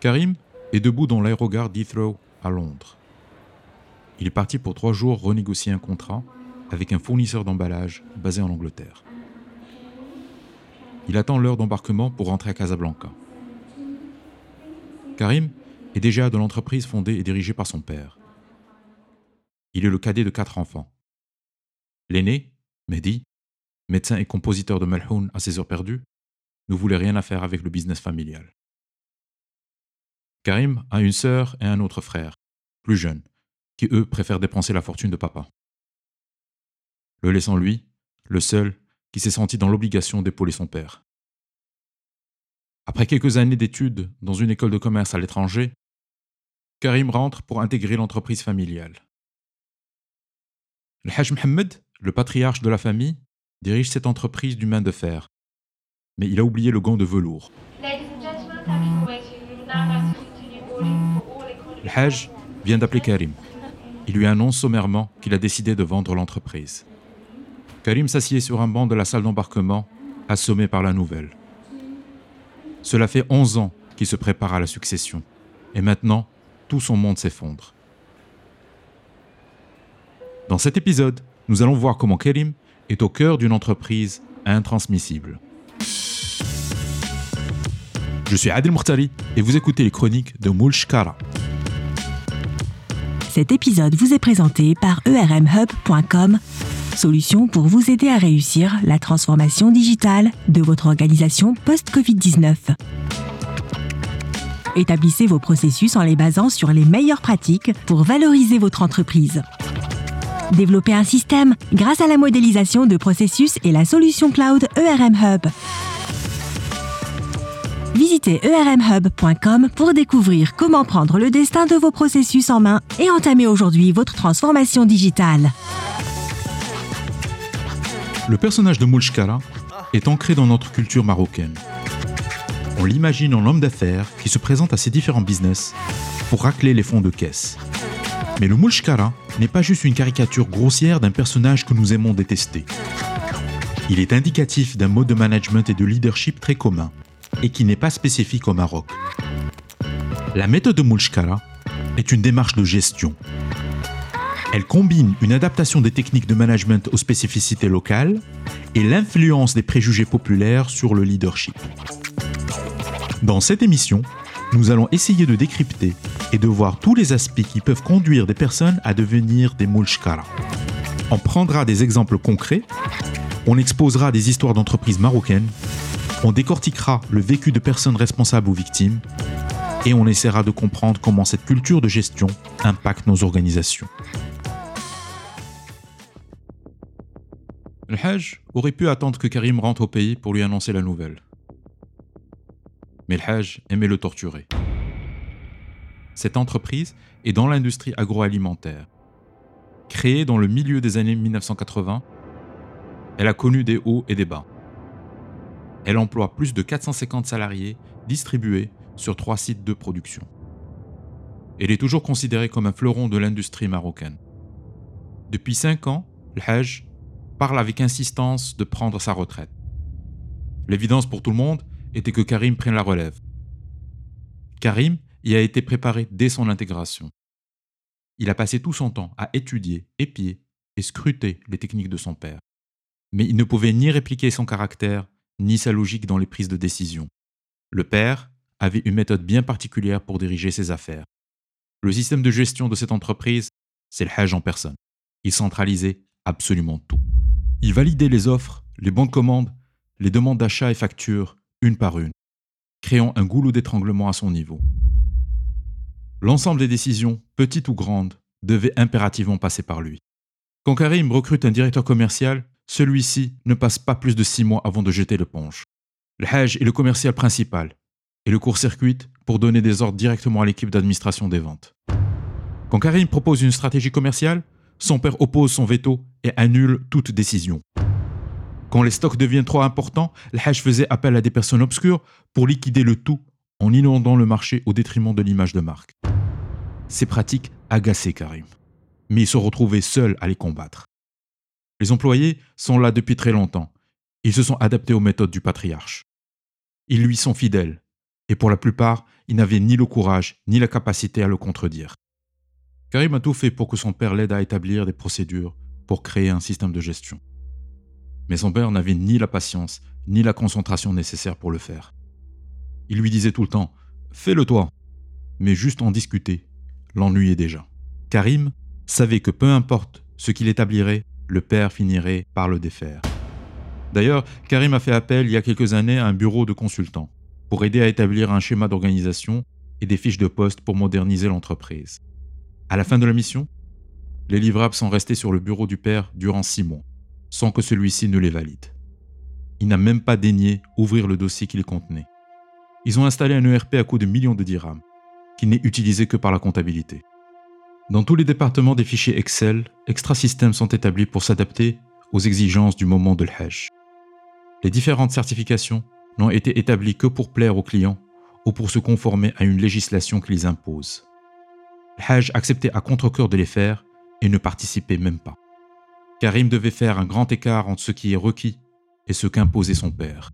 Karim est debout dans l'aérogare d'Heathrow à Londres. Il est parti pour 3 jours renégocier un contrat avec un fournisseur d'emballage basé en Angleterre. Il attend l'heure d'embarquement pour rentrer à Casablanca. Karim est déjà de l'entreprise fondée et dirigée par son père. Il est le cadet de 4 enfants. L'aîné, Mehdi, médecin et compositeur de Melhoun à ses heures perdues, ne voulait rien à faire avec le business familial. Karim a une sœur et un autre frère, plus jeunes, qui eux préfèrent dépenser la fortune de papa. Le laissant lui, le seul qui s'est senti dans l'obligation d'épauler son père. Après quelques années d'études dans une école de commerce à l'étranger, Karim rentre pour intégrer l'entreprise familiale. Le Hajj Mohamed, le patriarche de la famille, dirige cette entreprise d'une main de fer. Mais il a oublié le gant de velours. Le Hajj vient d'appeler Karim. Il lui annonce sommairement qu'il a décidé de vendre l'entreprise. Karim s'assied sur un banc de la salle d'embarquement, assommé par la nouvelle. Cela fait 11 ans qu'il se prépare à la succession. Et maintenant, tout son monde s'effondre. Dans cet épisode, nous allons voir comment Karim est au cœur d'une entreprise intransmissible. Je suis Adil Mourtari et vous écoutez les chroniques de Moul Shkara. Cet épisode vous est présenté par ERMHub.com, solution pour vous aider à réussir la transformation digitale de votre organisation post-Covid-19. Établissez vos processus en les basant sur les meilleures pratiques pour valoriser votre entreprise. Développez un système grâce à la modélisation de processus et la solution cloud ERM Hub. Visitez ERMHub.com pour découvrir comment prendre le destin de vos processus en main et entamer aujourd'hui votre transformation digitale. Le personnage de Moul Shkara est ancré dans notre culture marocaine. On l'imagine en homme d'affaires qui se présente à ses différents business pour racler les fonds de caisse. Mais le Moul Shkara n'est pas juste une caricature grossière d'un personnage que nous aimons détester. Il est indicatif d'un mode de management et de leadership très commun et qui n'est pas spécifique au Maroc. La méthode de Moul Shkara est une démarche de gestion. Elle combine une adaptation des techniques de management aux spécificités locales et l'influence des préjugés populaires sur le leadership. Dans cette émission, nous allons essayer de décrypter et de voir tous les aspects qui peuvent conduire des personnes à devenir des Moul Shkara. On prendra des exemples concrets, on exposera des histoires d'entreprises marocaines, on décortiquera le vécu de personnes responsables ou victimes et on essaiera de comprendre comment cette culture de gestion impacte nos organisations. Le Hajj aurait pu attendre que Karim rentre au pays pour lui annoncer la nouvelle. Mais le Hajj aimait le torturer. Cette entreprise est dans l'industrie agroalimentaire. Créée dans le milieu des années 1980, elle a connu des hauts et des bas. Elle emploie plus de 450 salariés distribués sur 3 sites de production. Elle est toujours considérée comme un fleuron de l'industrie marocaine. Depuis 5 ans, le Hajj parle avec insistance de prendre sa retraite. L'évidence pour tout le monde était que Karim prenne la relève. Karim y a été préparé dès son intégration. Il a passé tout son temps à étudier, épier et scruter les techniques de son père. Mais il ne pouvait ni répliquer son caractère, ni sa logique dans les prises de décision. Le père avait une méthode bien particulière pour diriger ses affaires. Le système de gestion de cette entreprise, c'est le Hajj en personne. Il centralisait absolument tout. Il validait les offres, les bons de commande, les demandes d'achat et factures, une par une, créant un goulot d'étranglement à son niveau. L'ensemble des décisions, petites ou grandes, devaient impérativement passer par lui. Quand Karim recrute un directeur commercial, celui-ci ne passe pas plus de 6 mois avant de jeter l'éponge. Le Hajj est le commercial principal et le court-circuite pour donner des ordres directement à l'équipe d'administration des ventes. Quand Karim propose une stratégie commerciale, son père oppose son veto et annule toute décision. Quand les stocks deviennent trop importants, le Hajj faisait appel à des personnes obscures pour liquider le tout en inondant le marché au détriment de l'image de marque. Ces pratiques agaçaient Karim, mais il se retrouvait seul à les combattre. Les employés sont là depuis très longtemps. Ils se sont adaptés aux méthodes du patriarche. Ils lui sont fidèles Et pour la plupart, ils n'avaient ni le courage ni la capacité à le contredire. Karim a tout fait pour que son père l'aide à établir des procédures pour créer un système de gestion. Mais son père n'avait ni la patience ni la concentration nécessaire pour le faire. Il lui disait tout le temps « Fais-le toi », mais juste en discuter l'ennuyait déjà. Karim savait que peu importe ce qu'il établirait, le père finirait par le défaire. D'ailleurs, Karim a fait appel il y a quelques années à un bureau de consultants pour aider à établir un schéma d'organisation et des fiches de poste pour moderniser l'entreprise. À la fin de la mission, les livrables sont restés sur le bureau du père durant 6 mois, sans que celui-ci ne les valide. Il n'a même pas daigné ouvrir le dossier qu'il contenait. Ils ont installé un ERP à coût de millions de dirhams, qui n'est utilisé que par la comptabilité. Dans tous les départements des fichiers Excel, extra-systèmes sont établis pour s'adapter aux exigences du moment de l'Hajj. Les différentes certifications n'ont été établies que pour plaire aux clients ou pour se conformer à une législation qui les impose. L'Hajj acceptait à contre-cœur de les faire et ne participait même pas. Karim devait faire un grand écart entre ce qui est requis et ce qu'imposait son père.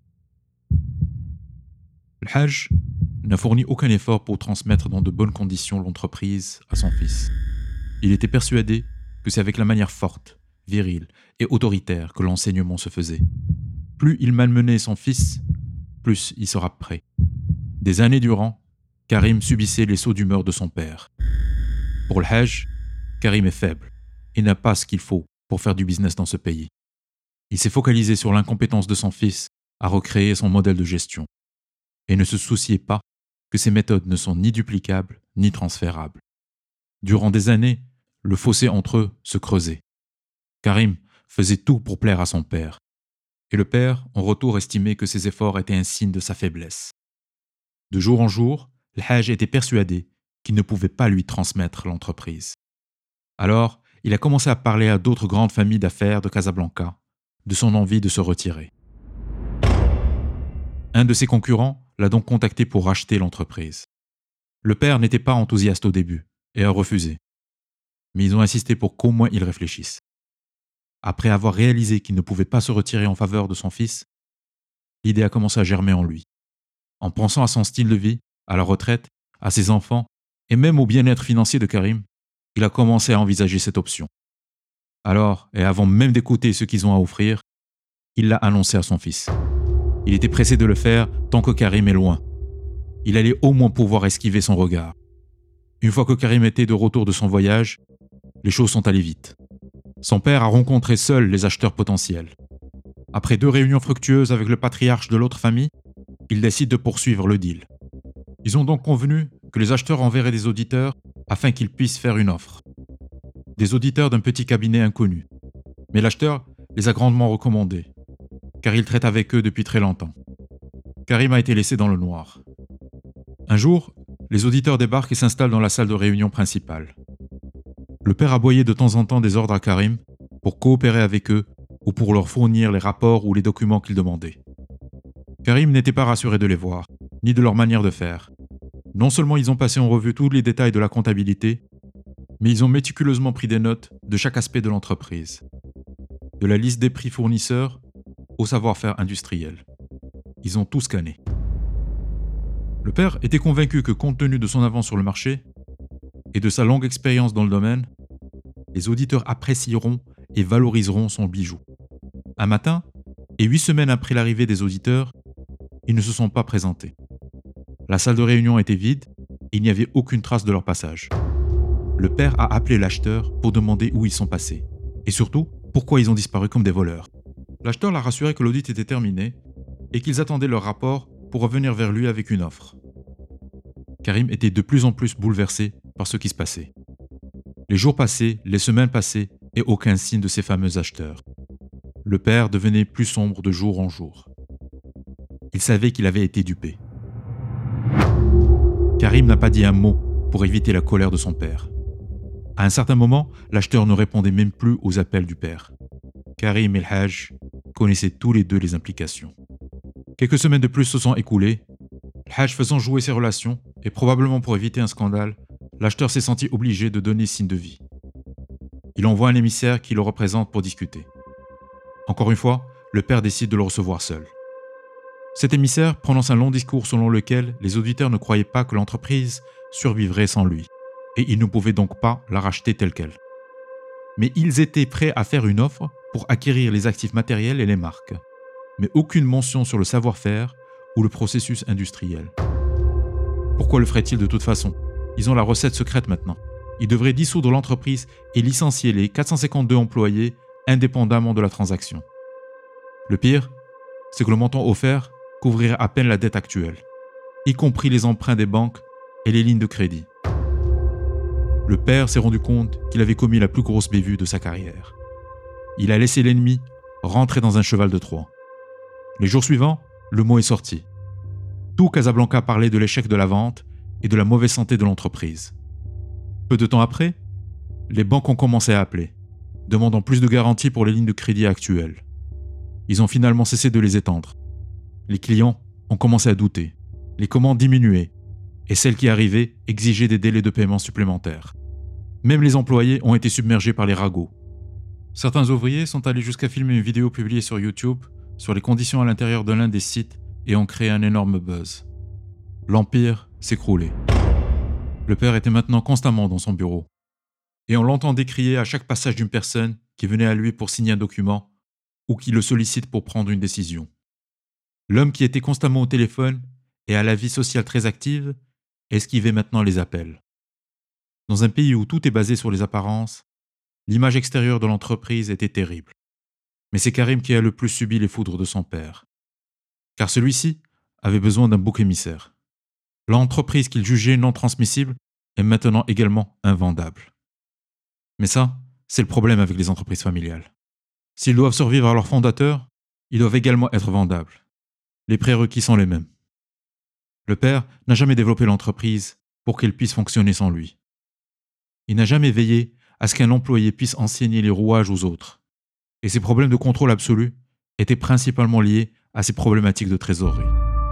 L'Hajj n'a fourni aucun effort pour transmettre dans de bonnes conditions l'entreprise à son fils. Il était persuadé que c'est avec la manière forte, virile et autoritaire que l'enseignement se faisait. Plus il malmenait son fils, plus il sera prêt. Des années durant, Karim subissait les sauts d'humeur de son père. Pour le Hajj, Karim est faible et n'a pas ce qu'il faut pour faire du business dans ce pays. Il s'est focalisé sur l'incompétence de son fils à recréer son modèle de gestion et ne se souciait pas que ces méthodes ne sont ni duplicables ni transférables. Durant des années, le fossé entre eux se creusait. Karim faisait tout pour plaire à son père. Et le père, en retour, estimait que ses efforts étaient un signe de sa faiblesse. De jour en jour, l'Hajj était persuadé qu'il ne pouvait pas lui transmettre l'entreprise. Alors, il a commencé à parler à d'autres grandes familles d'affaires de Casablanca de son envie de se retirer. Un de ses concurrents l'a donc contacté pour racheter l'entreprise. Le père n'était pas enthousiaste au début et a refusé. Mais ils ont insisté pour qu'au moins il réfléchisse. Après avoir réalisé qu'il ne pouvait pas se retirer en faveur de son fils, l'idée a commencé à germer en lui. En pensant à son style de vie, à la retraite, à ses enfants et même au bien-être financier de Karim, il a commencé à envisager cette option. Alors, et avant même d'écouter ce qu'ils ont à offrir, il l'a annoncé à son fils. Il était pressé de le faire tant que Karim est loin. Il allait au moins pouvoir esquiver son regard. Une fois que Karim était de retour de son voyage, les choses sont allées vite. Son père a rencontré seul les acheteurs potentiels. Après 2 réunions fructueuses avec le patriarche de l'autre famille, il décide de poursuivre le deal. Ils ont donc convenu que les acheteurs enverraient des auditeurs afin qu'ils puissent faire une offre. Des auditeurs d'un petit cabinet inconnu. Mais l'acheteur les a grandement recommandés, car il traite avec eux depuis très longtemps. Karim a été laissé dans le noir. Un jour, les auditeurs débarquent et s'installent dans la salle de réunion principale. Le père aboyait de temps en temps des ordres à Karim pour coopérer avec eux ou pour leur fournir les rapports ou les documents qu'ils demandaient. Karim n'était pas rassuré de les voir, ni de leur manière de faire. Non seulement ils ont passé en revue tous les détails de la comptabilité, mais ils ont méticuleusement pris des notes de chaque aspect de l'entreprise. De la liste des prix fournisseurs au savoir-faire industriel. Ils ont tout scanné. Le père était convaincu que compte tenu de son avance sur le marché et de sa longue expérience dans le domaine, les auditeurs apprécieront et valoriseront son bijou. Un matin, et 8 semaines après l'arrivée des auditeurs, ils ne se sont pas présentés. La salle de réunion était vide et il n'y avait aucune trace de leur passage. Le père a appelé l'acheteur pour demander où ils sont passés. Et surtout, pourquoi ils ont disparu comme des voleurs. L'acheteur l'a rassuré que l'audit était terminé et qu'ils attendaient leur rapport pour revenir vers lui avec une offre. Karim était de plus en plus bouleversé par ce qui se passait. Les jours passaient, les semaines passaient et aucun signe de ces fameux acheteurs. Le père devenait plus sombre de jour en jour. Il savait qu'il avait été dupé. Karim n'a pas dit un mot pour éviter la colère de son père. À un certain moment, l'acheteur ne répondait même plus aux appels du père. Karim et le Hajj connaissaient tous les deux les implications. Quelques semaines de plus se sont écoulées. Le Hajj faisant jouer ses relations, et probablement pour éviter un scandale, l'acheteur s'est senti obligé de donner signe de vie. Il envoie un émissaire qui le représente pour discuter. Encore une fois, le père décide de le recevoir seul. Cet émissaire prononce un long discours selon lequel les auditeurs ne croyaient pas que l'entreprise survivrait sans lui, et ils ne pouvaient donc pas la racheter telle qu'elle. Mais ils étaient prêts à faire une offre pour acquérir les actifs matériels et les marques, mais aucune mention sur le savoir-faire ou le processus industriel. Pourquoi le feraient-ils de toute façon ? Ils ont la recette secrète maintenant. Ils devraient dissoudre l'entreprise et licencier les 452 employés indépendamment de la transaction. Le pire, c'est que le montant offert couvrirait à peine la dette actuelle, y compris les emprunts des banques et les lignes de crédit. Le père s'est rendu compte qu'il avait commis la plus grosse bévue de sa carrière. Il a laissé l'ennemi rentrer dans un cheval de Troie. Les jours suivants, le mot est sorti. Tout Casablanca parlait de l'échec de la vente et de la mauvaise santé de l'entreprise. Peu de temps après, les banques ont commencé à appeler, demandant plus de garanties pour les lignes de crédit actuelles. Ils ont finalement cessé de les étendre. Les clients ont commencé à douter, les commandes diminuaient, et celles qui arrivaient exigeaient des délais de paiement supplémentaires. Même les employés ont été submergés par les ragots. Certains ouvriers sont allés jusqu'à filmer une vidéo publiée sur YouTube sur les conditions à l'intérieur de l'un des sites et ont créé un énorme buzz. L'empire s'écroulait. Le père était maintenant constamment dans son bureau, et on l'entendait crier à chaque passage d'une personne qui venait à lui pour signer un document ou qui le sollicite pour prendre une décision. L'homme qui était constamment au téléphone et à la vie sociale très active esquivait maintenant les appels. Dans un pays où tout est basé sur les apparences, l'image extérieure de l'entreprise était terrible. Mais c'est Karim qui a le plus subi les foudres de son père. Car celui-ci avait besoin d'un bouc émissaire. L'entreprise qu'il jugeait non transmissible est maintenant également invendable. Mais ça, c'est le problème avec les entreprises familiales. S'ils doivent survivre à leur fondateur, ils doivent également être vendables. Les prérequis sont les mêmes. Le père n'a jamais développé l'entreprise pour qu'elle puisse fonctionner sans lui. Il n'a jamais veillé à ce qu'un employé puisse enseigner les rouages aux autres. Et ses problèmes de contrôle absolu étaient principalement liés à ses problématiques de trésorerie.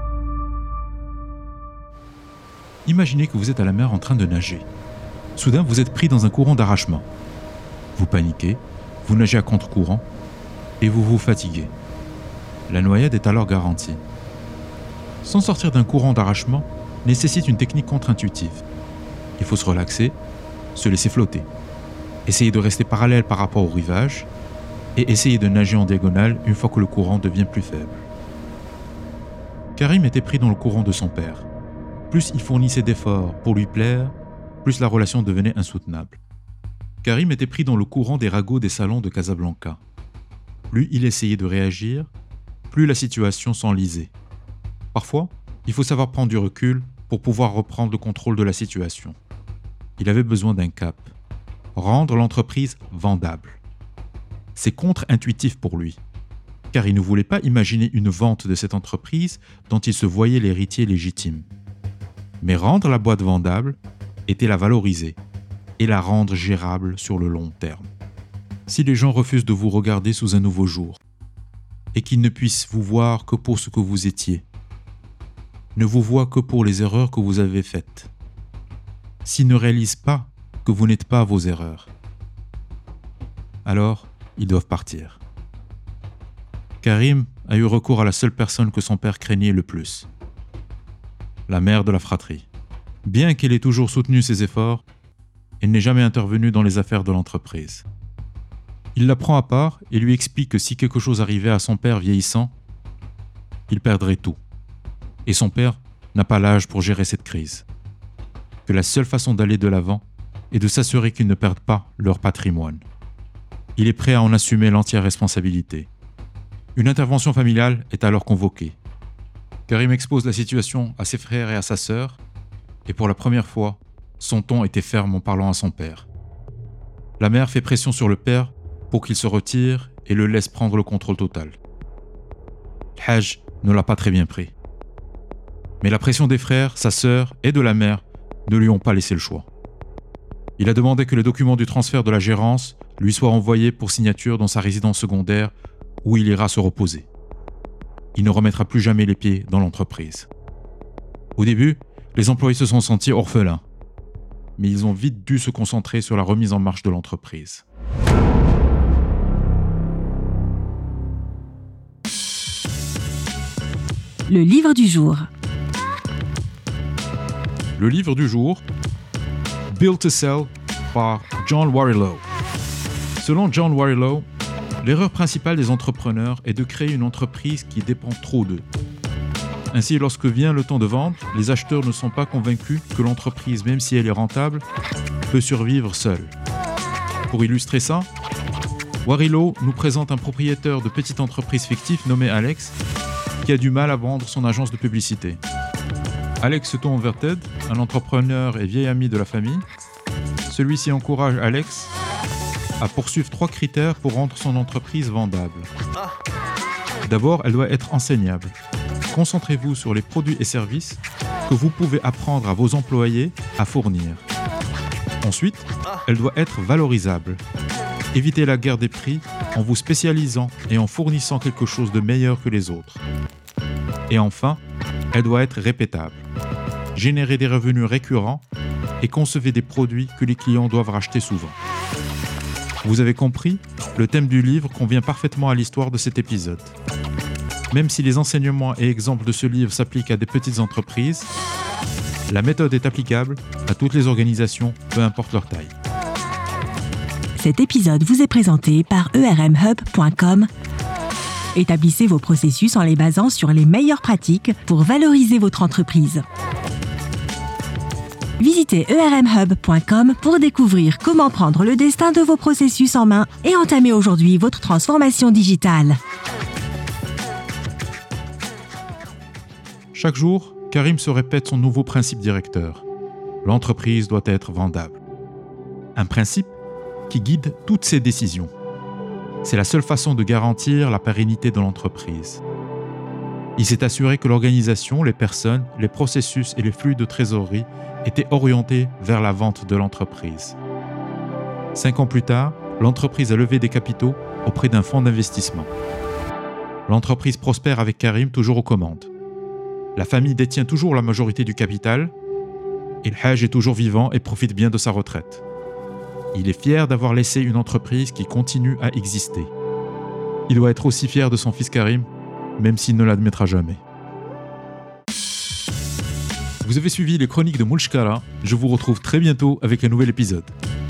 Imaginez que vous êtes à la mer en train de nager. Soudain, vous êtes pris dans un courant d'arrachement. Vous paniquez, vous nagez à contre-courant et vous vous fatiguez. La noyade est alors garantie. S'en sortir d'un courant d'arrachement nécessite une technique contre-intuitive. Il faut se relaxer, se laisser flotter, essayer de rester parallèle par rapport au rivage et essayer de nager en diagonale une fois que le courant devient plus faible. Karim était pris dans le courant de son père. Plus il fournissait d'efforts pour lui plaire, plus la relation devenait insoutenable. Karim était pris dans le courant des ragots des salons de Casablanca. Plus il essayait de réagir, plus la situation s'enlisait. Parfois, il faut savoir prendre du recul pour pouvoir reprendre le contrôle de la situation. Il avait besoin d'un cap. Rendre l'entreprise vendable. C'est contre-intuitif pour lui, car il ne voulait pas imaginer une vente de cette entreprise dont il se voyait l'héritier légitime. Mais rendre la boîte vendable était la valoriser et la rendre gérable sur le long terme. Si les gens refusent de vous regarder sous un nouveau jour et qu'ils ne puissent vous voir que pour ce que vous étiez, ne vous voient que pour les erreurs que vous avez faites, s'ils ne réalisent pas que vous n'êtes pas vos erreurs, alors ils doivent partir. Karim a eu recours à la seule personne que son père craignait le plus, la mère de la fratrie. Bien qu'elle ait toujours soutenu ses efforts, elle n'est jamais intervenue dans les affaires de l'entreprise. Il la prend à part et lui explique que si quelque chose arrivait à son père vieillissant, il perdrait tout. Et son père n'a pas l'âge pour gérer cette crise. Que la seule façon d'aller de l'avant est de s'assurer qu'ils ne perdent pas leur patrimoine. Il est prêt à en assumer l'entière responsabilité. Une intervention familiale est alors convoquée. Karim expose la situation à ses frères et à sa sœur, et pour la première fois, son ton était ferme en parlant à son père. La mère fait pression sur le père pour qu'il se retire et le laisse prendre le contrôle total. Le Hajj ne l'a pas très bien pris. Mais la pression des frères, sa sœur et de la mère ne lui ont pas laissé le choix. Il a demandé que les documents du transfert de la gérance lui soient envoyés pour signature dans sa résidence secondaire où il ira se reposer. Il ne remettra plus jamais les pieds dans l'entreprise. Au début, les employés se sont sentis orphelins, mais ils ont vite dû se concentrer sur la remise en marche de l'entreprise. Le livre du jour. Le livre du jour, Build to Sell par John Warrillow. Selon John Warrillow, l'erreur principale des entrepreneurs est de créer une entreprise qui dépend trop d'eux. Ainsi, lorsque vient le temps de vendre, les acheteurs ne sont pas convaincus que l'entreprise, même si elle est rentable, peut survivre seule. Pour illustrer ça, Warrillow nous présente un propriétaire de petite entreprise fictive nommé Alex qui a du mal à vendre son agence de publicité. Alex se tourne vers Ted, un entrepreneur et vieil ami de la famille. Celui-ci encourage Alex à poursuivre 3 critères pour rendre son entreprise vendable. D'abord, elle doit être enseignable. Concentrez-vous sur les produits et services que vous pouvez apprendre à vos employés à fournir. Ensuite, elle doit être valorisable. Évitez la guerre des prix en vous spécialisant et en fournissant quelque chose de meilleur que les autres. Et enfin, elle doit être répétable. Générez des revenus récurrents et concevez des produits que les clients doivent racheter souvent. Vous avez compris, le thème du livre convient parfaitement à l'histoire de cet épisode. Même si les enseignements et exemples de ce livre s'appliquent à des petites entreprises, la méthode est applicable à toutes les organisations, peu importe leur taille. Cet épisode vous est présenté par ermhub.com. Établissez vos processus en les basant sur les meilleures pratiques pour valoriser votre entreprise. Visitez ermhub.com pour découvrir comment prendre le destin de vos processus en main et entamer aujourd'hui votre transformation digitale. Chaque jour, Karim se répète son nouveau principe directeur. L'entreprise doit être vendable. Un principe qui guide toutes ses décisions. C'est la seule façon de garantir la pérennité de l'entreprise. Il s'est assuré que l'organisation, les personnes, les processus et les flux de trésorerie étaient orientés vers la vente de l'entreprise. 5 ans plus tard, l'entreprise a levé des capitaux auprès d'un fonds d'investissement. L'entreprise prospère avec Karim toujours aux commandes. La famille détient toujours la majorité du capital et le Hajj est toujours vivant et profite bien de sa retraite. Il est fier d'avoir laissé une entreprise qui continue à exister. Il doit être aussi fier de son fils Karim, même s'il ne l'admettra jamais. Vous avez suivi les chroniques de Moulchkara. Je vous retrouve très bientôt avec un nouvel épisode.